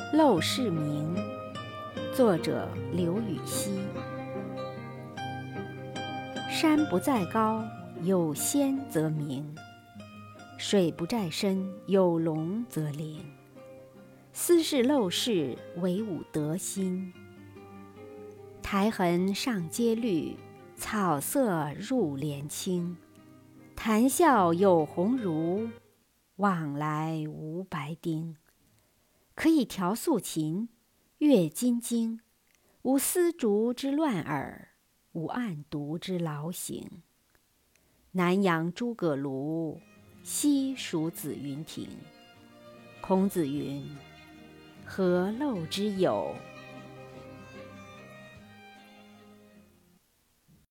陋室铭，作者刘禹锡。山不在高，有仙则名；水不在深，有龙则灵。斯是陋室，惟吾德馨。苔痕上阶绿，草色入帘青。谈笑有鸿儒，往来无白丁。可以调素琴，阅金经，无丝竹之乱耳，无案牍之劳形。南阳诸葛庐，西蜀子云亭。孔子云：何陋之有，